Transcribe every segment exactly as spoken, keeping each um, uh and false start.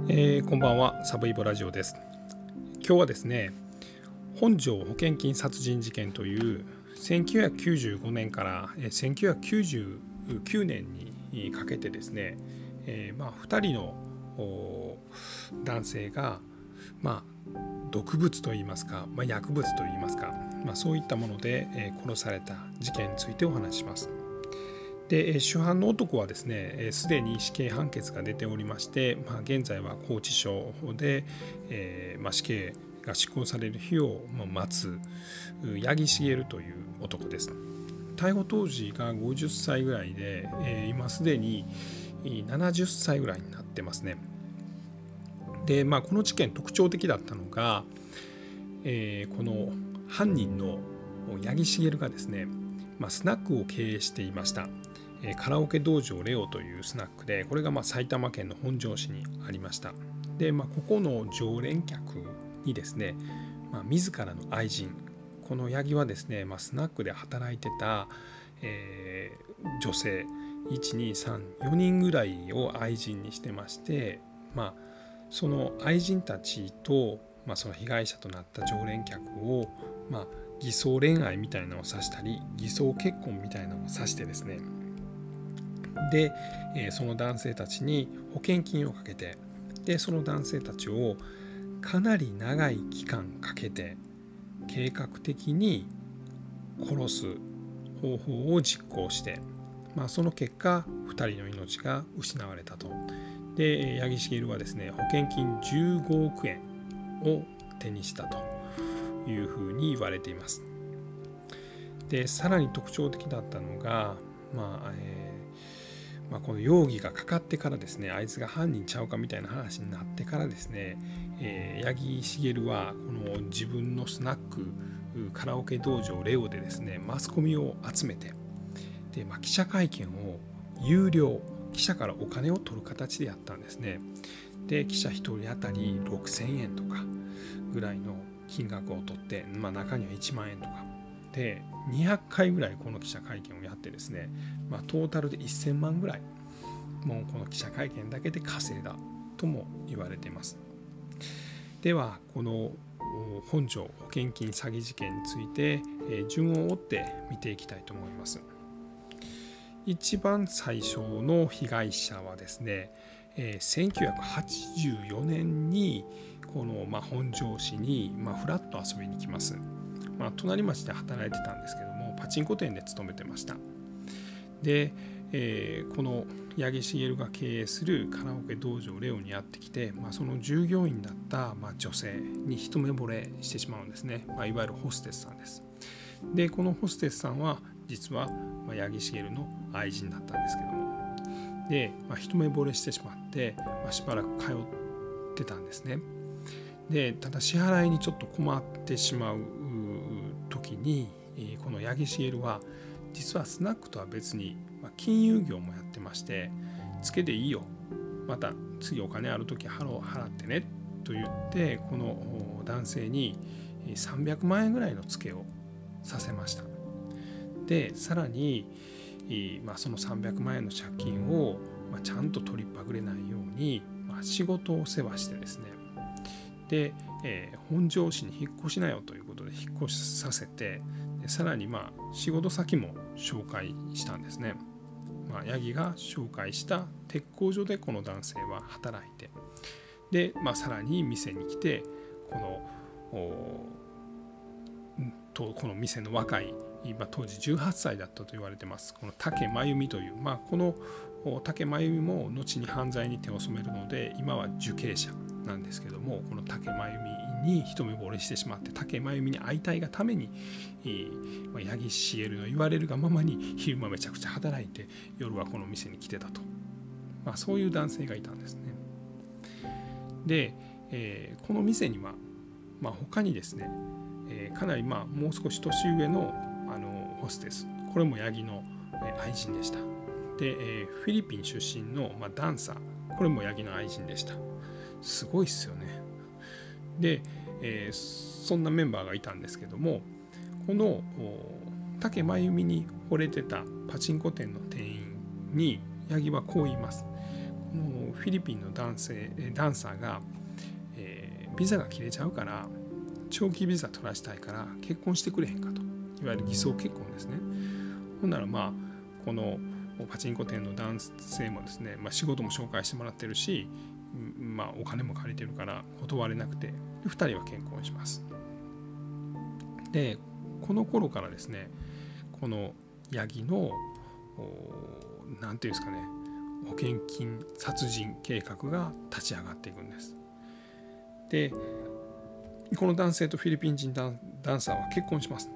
えーこんばんは、サブイボラジオです。今日はですね、本庄保険金殺人事件というせんきゅうひゃくきゅうじゅうごねんからえーせんきゅうひゃくきゅうじゅうきゅうねんにかけてですね、えーまあ、ふたりのお男性が、まあ、毒物といいますか、まあ、薬物といいますか、まあ、そういったもので、えー殺された事件についてお話しします。で主犯の男はですね、すでに死刑判決が出ておりまして、まあ、現在は拘置所で、えーまあ、死刑が執行される日を待つ八木茂という男です。逮捕当時がごじゅっさいぐらいで、えー、今すでにななじゅっさいぐらいになってますね。で、まあ、この事件特徴的だったのが、えー、この犯人の八木茂がですね、まあ、スナックを経営していました。カラオケ道場レオというスナックで、これがまあ埼玉県の本庄市にありました。で、まあ、ここの常連客にですね、まあ、自らの愛人、この八木はですね、まあ、スナックで働いてた、えー、女性いちにさんよにんぐらいを愛人にしてまして、まあ、その愛人たちと、まあ、その被害者となった常連客を、まあ、偽装恋愛みたいなのを指したり、偽装結婚みたいなのを指してですね、で、その男性たちに保険金をかけて、でその男性たちをかなり長い期間かけて計画的に殺す方法を実行して、まあ、その結果ふたりの命が失われたと。で八木茂はですね、保険金じゅうごおくえんを手にしたというふうに言われています。でさらに特徴的だったのが、まあえーまあ、この容疑がかかってからですね、あいつが犯人ちゃうかみたいな話になってからですね、えー、八木茂はこの自分のスナックカラオケ道場レオでですね、マスコミを集めて、で、まあ、記者会見を有料、記者からお金を取る形でやったんですね。で記者ひとり当たりろくせんえんとかぐらいの金額を取って、まあ、中にはいちまんえんとかでにひゃっかいぐらいこの記者会見をやってですね、まあ、トータルでせんまんぐらいもうこの記者会見だけで稼いだとも言われています。ではこの本庄保険金詐欺事件について順を追って見ていきたいと思います。一番最初の被害者はですね、せんきゅうひゃくはちじゅうよねんにこの本庄市にフラッと遊びに来ます。まあ、隣町で働いてたんですけども、パチンコ店で勤めてました。で、えー、この八木茂が経営するカラオケ道場レオにやってきて、まあ、その従業員だった、まあ、女性に一目惚れしてしまうんですね。まあ、いわゆるホステスさんです。でこのホステスさんは実は八木茂の愛人だったんですけども、で、まあ、一目惚れしてしまって、まあ、しばらく通ってたんですね。でただ支払いにちょっと困ってしまう時に、この八木茂は実はスナックとは別に金融業もやってまして、ツケでいいよ、また次お金ある時払ってねと言って、この男性にさんびゃくまんえんぐらいのツケをさせました。でさらに、まあ、そのさんびゃくまんえんの借金をちゃんと取りっぱぐれないように、まあ、仕事を世話してですね、で、えー、本庄市に引っ越しなよということで引っ越しさせて、でさらにまあ仕事先も紹介したんですね。まあ、八木が紹介した鉄工所でこの男性は働いて、で、まあ、さらに店に来て、このとこの店の若い、今当時じゅうはっさいだったと言われてます、この竹真由美という、まあ、この竹真由美も後に犯罪に手を染めるので今は受刑者なんですけども、この竹真由美に一目惚れしてしまって、竹真由美に会いたいがために、八木茂の言われるがままに昼間めちゃくちゃ働いて、夜はこの店に来てたと、まあ、そういう男性がいたんですね。で、えー、この店には、まあ、他にですね、えー、かなりまあもう少し年上の、あのホステス、これも八木の愛人でした。で、えー、フィリピン出身の、まあ、ダンサー、これも八木の愛人でした。すごいっすよね。で、えー、そんなメンバーがいたんですけども、この竹真由美に惚れてたパチンコ店の店員に八木はこう言います。 のフィリピンの男性ダンサーが、えー、ビザが切れちゃうから長期ビザ取らしたいから結婚してくれへんかと、いわゆる偽装結婚ですね。ほんならまあこのパチンコ店の男性もですね、まあ、仕事も紹介してもらってるし、まあ、お金も借りてるから断れなくて、ふたりは結婚します。でこの頃からですね、このヤギの何ていうんですかね、保険金殺人計画が立ち上がっていくんです。でこの男性とフィリピン人ダンサーは結婚します。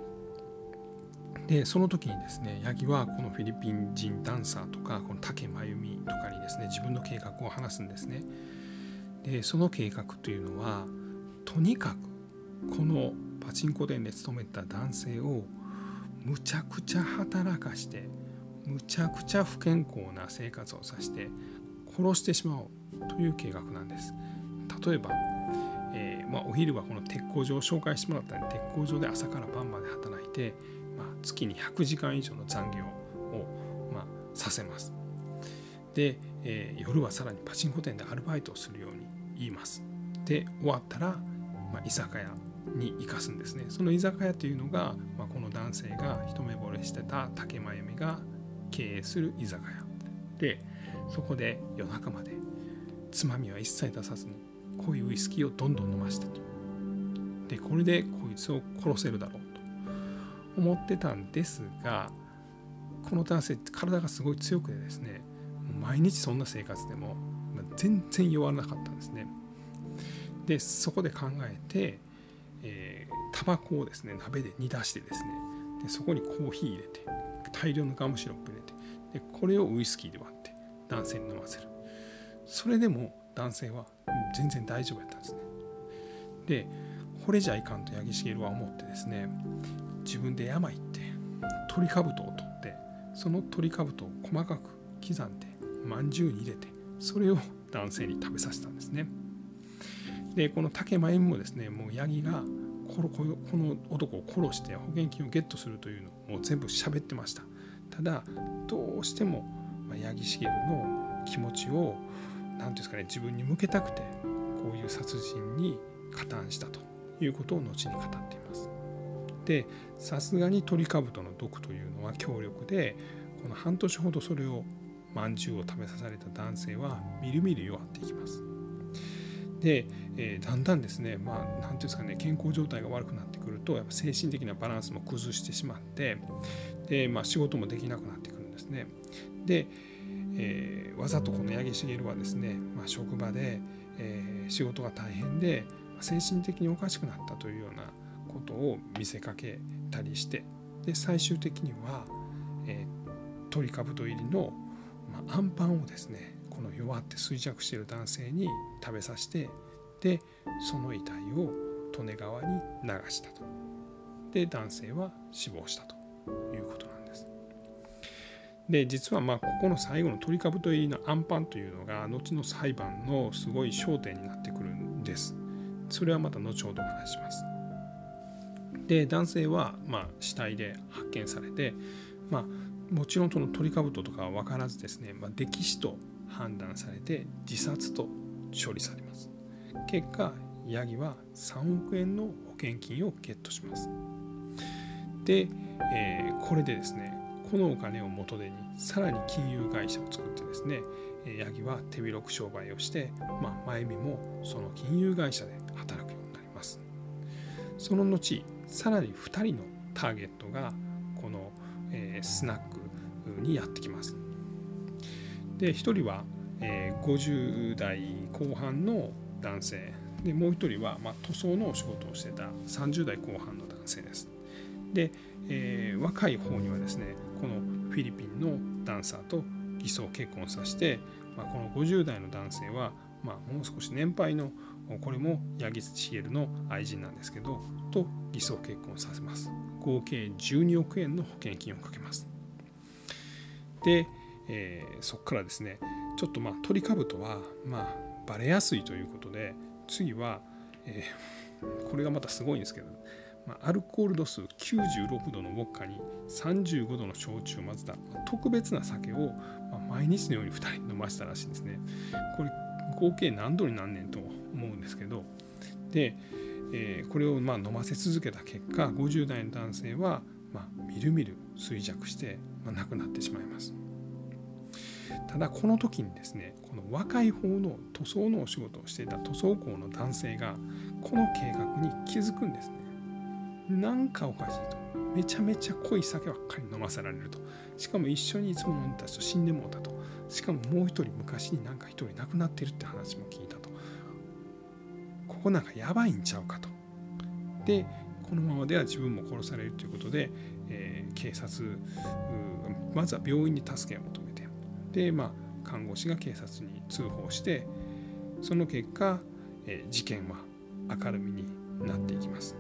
でその時にですね、ヤギはこのフィリピン人ダンサーとかこの竹真由美とかにですね、自分の計画を話すんですね。でその計画というのは、とにかくこのパチンコ店で勤めた男性をむちゃくちゃ働かしてむちゃくちゃ不健康な生活をさせて殺してしまおうという計画なんです。例えば、えーまあ、お昼はこの鉄工所を紹介してもらったんで、鉄工所で朝から晩まで働いて、まあ、月にひゃくじかん以上の残業を、まあ、させます。で、えー、夜はさらにパチンコ店でアルバイトをするように言います。で終わったら、まあ、居酒屋に行かすんですね。その居酒屋というのが、まあ、この男性が一目惚れしてた竹真由美が経営する居酒屋で、そこで夜中までつまみは一切出さずに濃いウイスキーをどんどん飲ましたと。でこれでこいつを殺せるだろうと思ってたんですが、この男性体がすごい強くてですね、毎日そんな生活でも全然弱らなかったんですね。でそこで考えて、えー、タバコをですね鍋で煮出してですね、でそこにコーヒー入れて大量のガムシロップ入れて、でこれをウイスキーで割って男性に飲ませる。それでも男性は全然大丈夫やったんですね。でこれじゃいかんと八木茂は思ってですね、自分で山行って鳥兜を取って、その鳥兜を細かく刻んでまんじゅうに入れて、それを男性に食べさせたんですね。でこの竹真由美もですね、もうヤギがこの、この男を殺して保険金をゲットするというのをもう全部喋ってました。ただどうしても八木茂の気持ちを何ていうんですかね、自分に向けたくてこういう殺人に加担したということを後に語っています。でさすがに鳥兜の毒というのは強力で、この半年ほどそれをまんじゅうを食べさされた男性はみるみる弱っていきます。で、えー、だんだんですね、まあ、なんていうんですかね、健康状態が悪くなってくるとやっぱ精神的なバランスも崩してしまって、で、まあ、仕事もできなくなってくるんですね。で、えー、わざとこの八木茂はですね、まあ、職場で、えー、仕事が大変で精神的におかしくなったというようなことを見せかけたりして、で最終的には、えー、鳥兜入りの、まあ、アンパンをですね、この弱って衰弱している男性に食べさせて、でその遺体を利根川に流したと。で男性は死亡したということなんです。で実はまあここの最後の鳥兜入りのアンパンというのが後の裁判のすごい焦点になってくるんです。それはまた後ほどお話します。で男性はまあ死体で発見されて、まあ、もちろんその鳥兜とかは分からずですね、まあ、溺死と判断されて自殺と処理されます。結果ヤギはさんおくえんの保険金をゲットします。で、えー、これでですね、このお金を元手にさらに金融会社を作ってですね、ヤギは手広く商売をして、まあ、真由美もその金融会社で働くようになります。その後さらにふたりのターゲットがこの、えー、スナックにやってきます。でひとりは、えー、ごじゅう代後半の男性で、もう一人は、まあ、塗装のお仕事をしてたさんじゅう代後半の男性です。で、えー、若い方にはですね、このフィリピンのダンサーと偽装結婚させて、まあ、このごじゅう代の男性は、まあ、もう少し年配の、これも八木茂の愛人なんですけどと偽装結婚させます。合計じゅうにおくえんの保険金をかけます。で、えー、そこからですね、ちょっとまあ鳥兜はまあバレやすいということで、次は、えー、これがまたすごいんですけど、 アルコール度数きゅうじゅうろくどのウォッカにさんじゅうごどの焼酎を混ぜた特別な酒を毎日のようにふたり飲ましたらしいんですね。これ合計何度になんねんと思うんですけど、で、えー、これをまあ飲ませ続けた結果、ごじゅう代の男性はまあみるみる衰弱してまあ亡くなってしまいます。ただこの時にですね、この若い方の塗装のお仕事をしていた塗装工の男性がこの計画に気づくんですね。なんかおかしいと、めちゃめちゃ濃い酒ばっかり飲ませられると、しかも一緒にいつも飲んでた人死んでもうたと、しかももう一人昔になんか一人亡くなってるって話も聞いたと、ここなんかやばいんちゃうかと。でこのままでは自分も殺されるということで、えー、警察まずは病院に助けを求めて、でまあ看護師が警察に通報して、その結果、えー、事件は明るみになっていきます。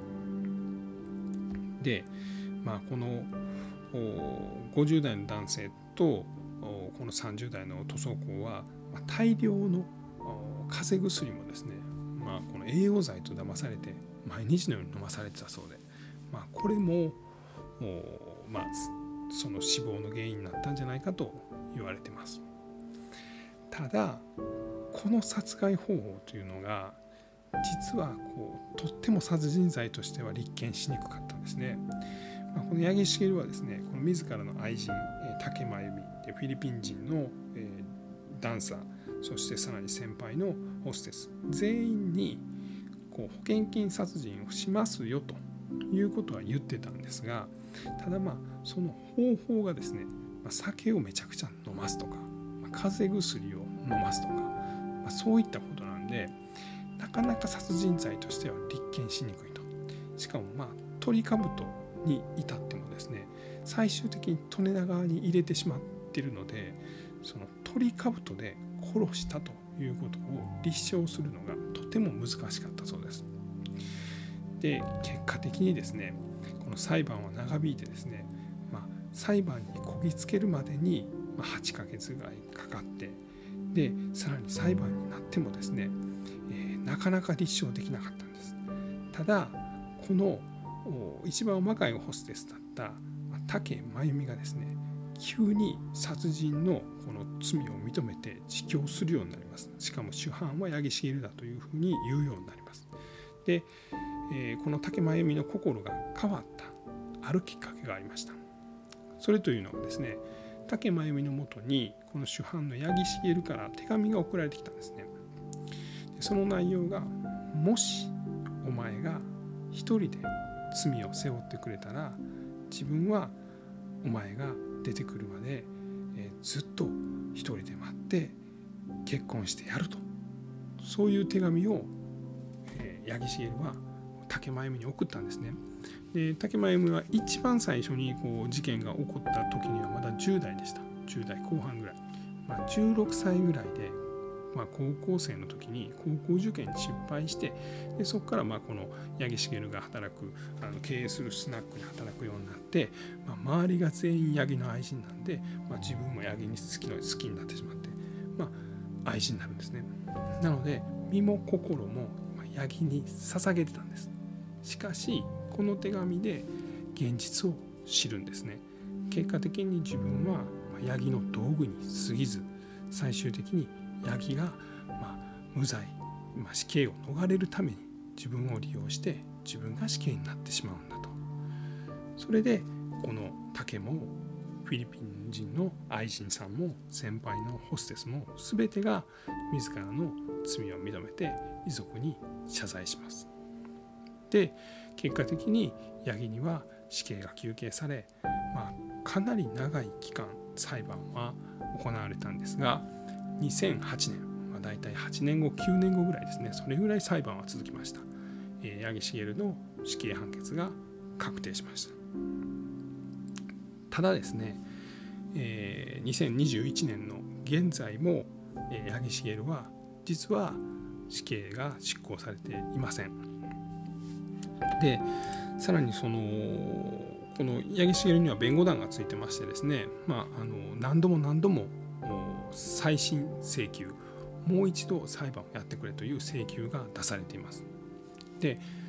で、まあ、このごじゅう代の男性とこのさんじゅう代の塗装工は大量の風邪薬もですね、まあ、この栄養剤と騙されて毎日のように飲まされてたそうで、まあ、これも、まあ、その死亡の原因になったんじゃないかと言われています。ただこの殺害方法というのが実はこうとっても殺人罪としては立件しにくかったんですね。まあ、この八木茂はですね、この自らの愛人竹真由美、フィリピン人の、えー、ダンサー、そしてさらに先輩のホステス全員にこう保険金殺人をしますよということは言ってたんですが、ただまあその方法がですね、まあ、酒をめちゃくちゃ飲ますとか、まあ、風邪薬を飲ますとか、まあ、そういったことなんでなかなか殺人罪としては立件しにくいと。しかもまあトリカブトに至ってもですね、最終的に利根田側に入れてしまっているので、そのトリカブトで殺したということを立証するのがとても難しかったそうです。で結果的にですね、この裁判は長引いてですね、まあ、裁判にこぎつけるまでにはちかげつぐらいかかって、でさらに裁判になってもですね、えー、なかなか立証できなかったんです。ただこの一番若いホステスだった竹真由美がですね、急に殺人のこの罪を認めて自供するようになります。しかも主犯は八木茂だというふうに言うようになります。で、えー、この竹真由美の心が変わったあるきっかけがありました。それというのはですね、竹真由美のもとにこの主犯の八木茂から手紙が送られてきたんですね。でその内容が、もしお前が一人で罪を背負ってくれたら、自分はお前が出てくるまで、えー、ずっと一人で待って結婚してやると、そういう手紙を、えー、八木茂は竹真由美に送ったんですね。で竹真由美は一番最初にこう事件が起こった時にはまだじゅう代でした。じゅう代後半ぐらい、まあ、じゅうろくさいぐらいで、まあ、高校生の時に高校受験に失敗して、でそこからまあこの八木茂が働くあの経営するスナックに働くようになって、まあ、周りが全員八木の愛人なんで、まあ、自分も八木に好きの好きになってしまって、まあ、愛人になるんですね。なので身も心も八木に捧げてたんです。しかしこの手紙で現実を知るんですね。結果的に自分は八木の道具に過ぎず、最終的に八木が、まあ、無罪、まあ、死刑を逃れるために自分を利用して自分が死刑になってしまうんだと。それでこの竹もフィリピン人の愛人さんも先輩のホステスも全てが自らの罪を認めて遺族に謝罪します。で結果的に八木には死刑が求刑され、まあ、かなり長い期間裁判は行われたんですが、にせんはちねん、まあ、大体はちねんごきゅうねんごぐらいですね、それぐらい裁判は続きました。えー、八木茂の死刑判決が確定しました。ただですね、えー、にせんにじゅういちねんの現在も、えー、八木茂は実は死刑が執行されていません。でさらにそのこの八木茂には弁護団がついてましてですね、まあ、あの何度も何度も再審請求、もう一度裁判をやってくれという請求が出されています。で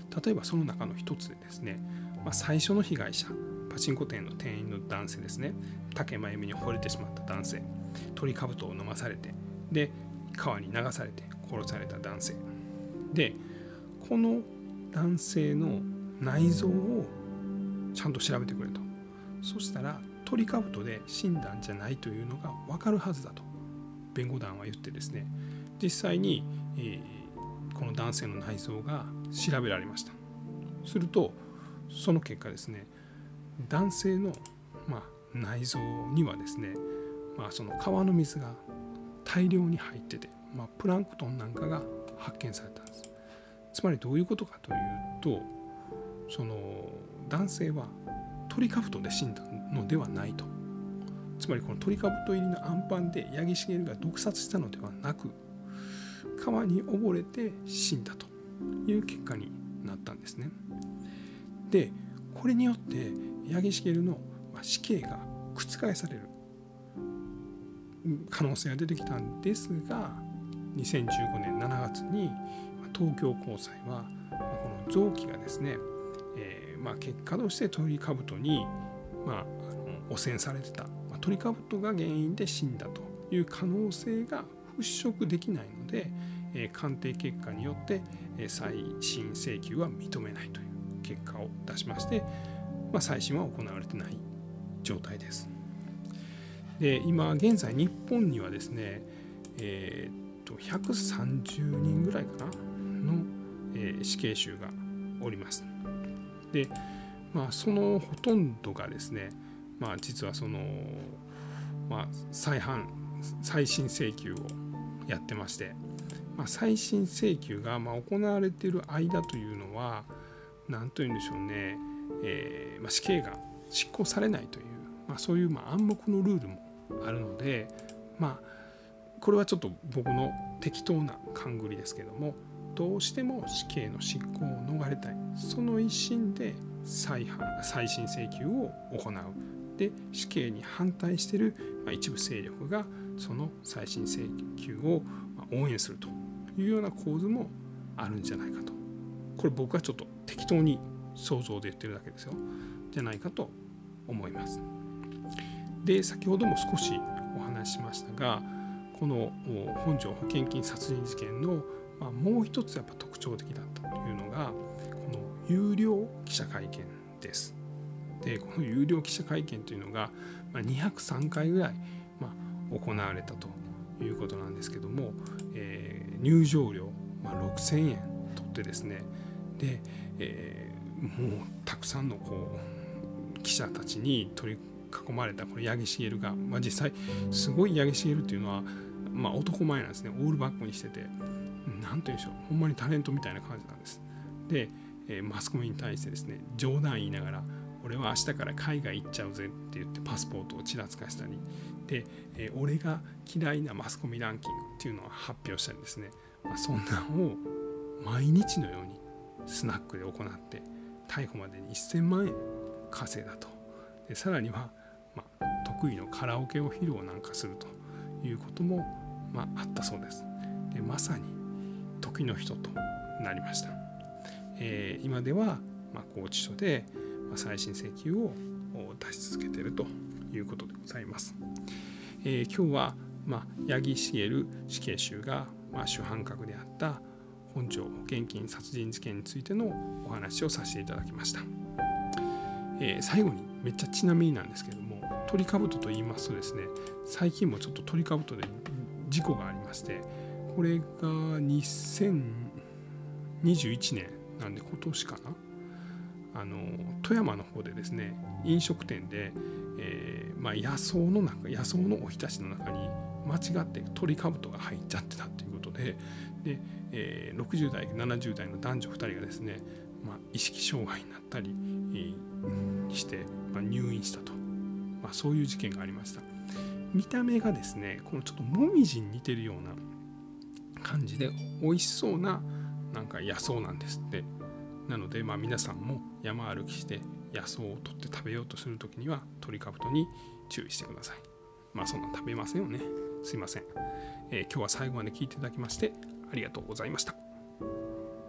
例えばその中の一つでですね、まあ、最初の被害者、パチンコ店の店員の男性ですね、竹真由美に惚れてしまった男性、トリカブトを飲まされて、で川に流されて殺された男性で、この男性の内臓をちゃんと調べてくれと。そしたらトリカブトで死んだんじゃないというのが分かるはずだと弁護団は言ってですね、実際に、えー、この男性の内臓が調べられました。するとその結果ですね、男性の、まあ、内臓にはですね、まあ、その川の水が大量に入ってて、まあ、プランクトンなんかが発見されたんです。つまりどういうことかというと、その男性はトリカブトで死んだのではないと。つまりこのトリカブト入りのアンパンで八木茂が毒殺したのではなく、川に溺れて死んだという結果になったんですね。でこれによって八木茂の死刑が覆される可能性が出てきたんですが、にせんじゅうごねんしちがつに東京高裁はこの臓器がですね、えーまあ、結果としてトリカブトに、まあ、あの汚染されてた、まあ、トリカブトが原因で死んだという可能性が払拭できないので、えー、鑑定結果によって、えー、再審請求は認めないという結果を出しまして、まあ、再審は行われてない状態です。で今現在日本にはですね、えー、とひゃくさんじゅうにんぐらいかなの、えー、死刑囚がおります。で、まあ、そのほとんどがですね、まあ、実はその、まあ、再判再審請求をやってまして、まあ、再審請求がまあ行われている間というのは何というんでしょうね、えーまあ、死刑が執行されないという、まあ、そういうまあ暗黙のルールもあるので、まあこれはちょっと僕の適当な勘繰りですけども、どうしても死刑の執行を逃れたい、その一心で 再, 再審請求を行う。で死刑に反対している一部勢力がその再審請求を応援するというような構図もあるんじゃないかと。これ僕はちょっと適当に想像で言ってるだけですよ、じゃないかと思います。で先ほども少しお話ししましたが、この本庄保険金殺人事件の、まあ、もう一つやっぱ特徴的だったというのがこの有料記者会見です。でこの有料記者会見というのが、まあ、にひゃくさんかいぐらい、まあ、行われたということなんですけども、えー、入場料、まあ、ろくせんえん取ってですね、で、えー、もうたくさんのこう記者たちに取り囲まれたこの八木茂が、まあ、実際すごい八木茂っていうのは、まあ、男前なんですね。オールバックにしてて、なんていうんでしょう、ほんまにタレントみたいな感じなんです。で、えー、マスコミに対してですね、冗談言いながら俺は明日から海外行っちゃうぜって言ってパスポートをちらつかしたりで、えー、俺が嫌いなマスコミランキングっていうのを発表したりですね、まあ、そんなのを毎日のようにスナックで行って逮捕までにせんまんえん稼いだと。でさらには、まあ、得意のカラオケを披露なんかするということも、まあ、あったそうです。でまさに時の人となりました。えー、今では、まあ、拘置所で、まあ、再審請求を出し続けているということでございます。えー、今日は、まあ、八木茂死刑囚が、まあ、主犯格であった本庄保険金殺人事件についてのお話をさせていただきました。えー、最後にめっちゃちなみになんですけども、トリカブトと言いますとですね、最近もちょっとトリカブトで事故がありまして、これがにせんにじゅういちねんなんで今年かな、あの富山の方でですね、飲食店で、えーまあ、野草の中野草のおひたしの中に間違ってトリカブトが入っちゃってたということで、で、えー、ろくじゅうだいななじゅうだいの男女ふたりがですね、まあ、意識障害になったり、えー、して、まあ、入院したと、まあ、そういう事件がありました。見た目がですね、このちょっともみじに似てるような感じで美味しそうななんか野草なんですって。なので、まあ、皆さんも山歩きして野草を取って食べようとするときにはトリカブトに注意してください。まあそんな食べませんよね。すいません、えー、今日は最後まで聞いていただきましてありがとうございました。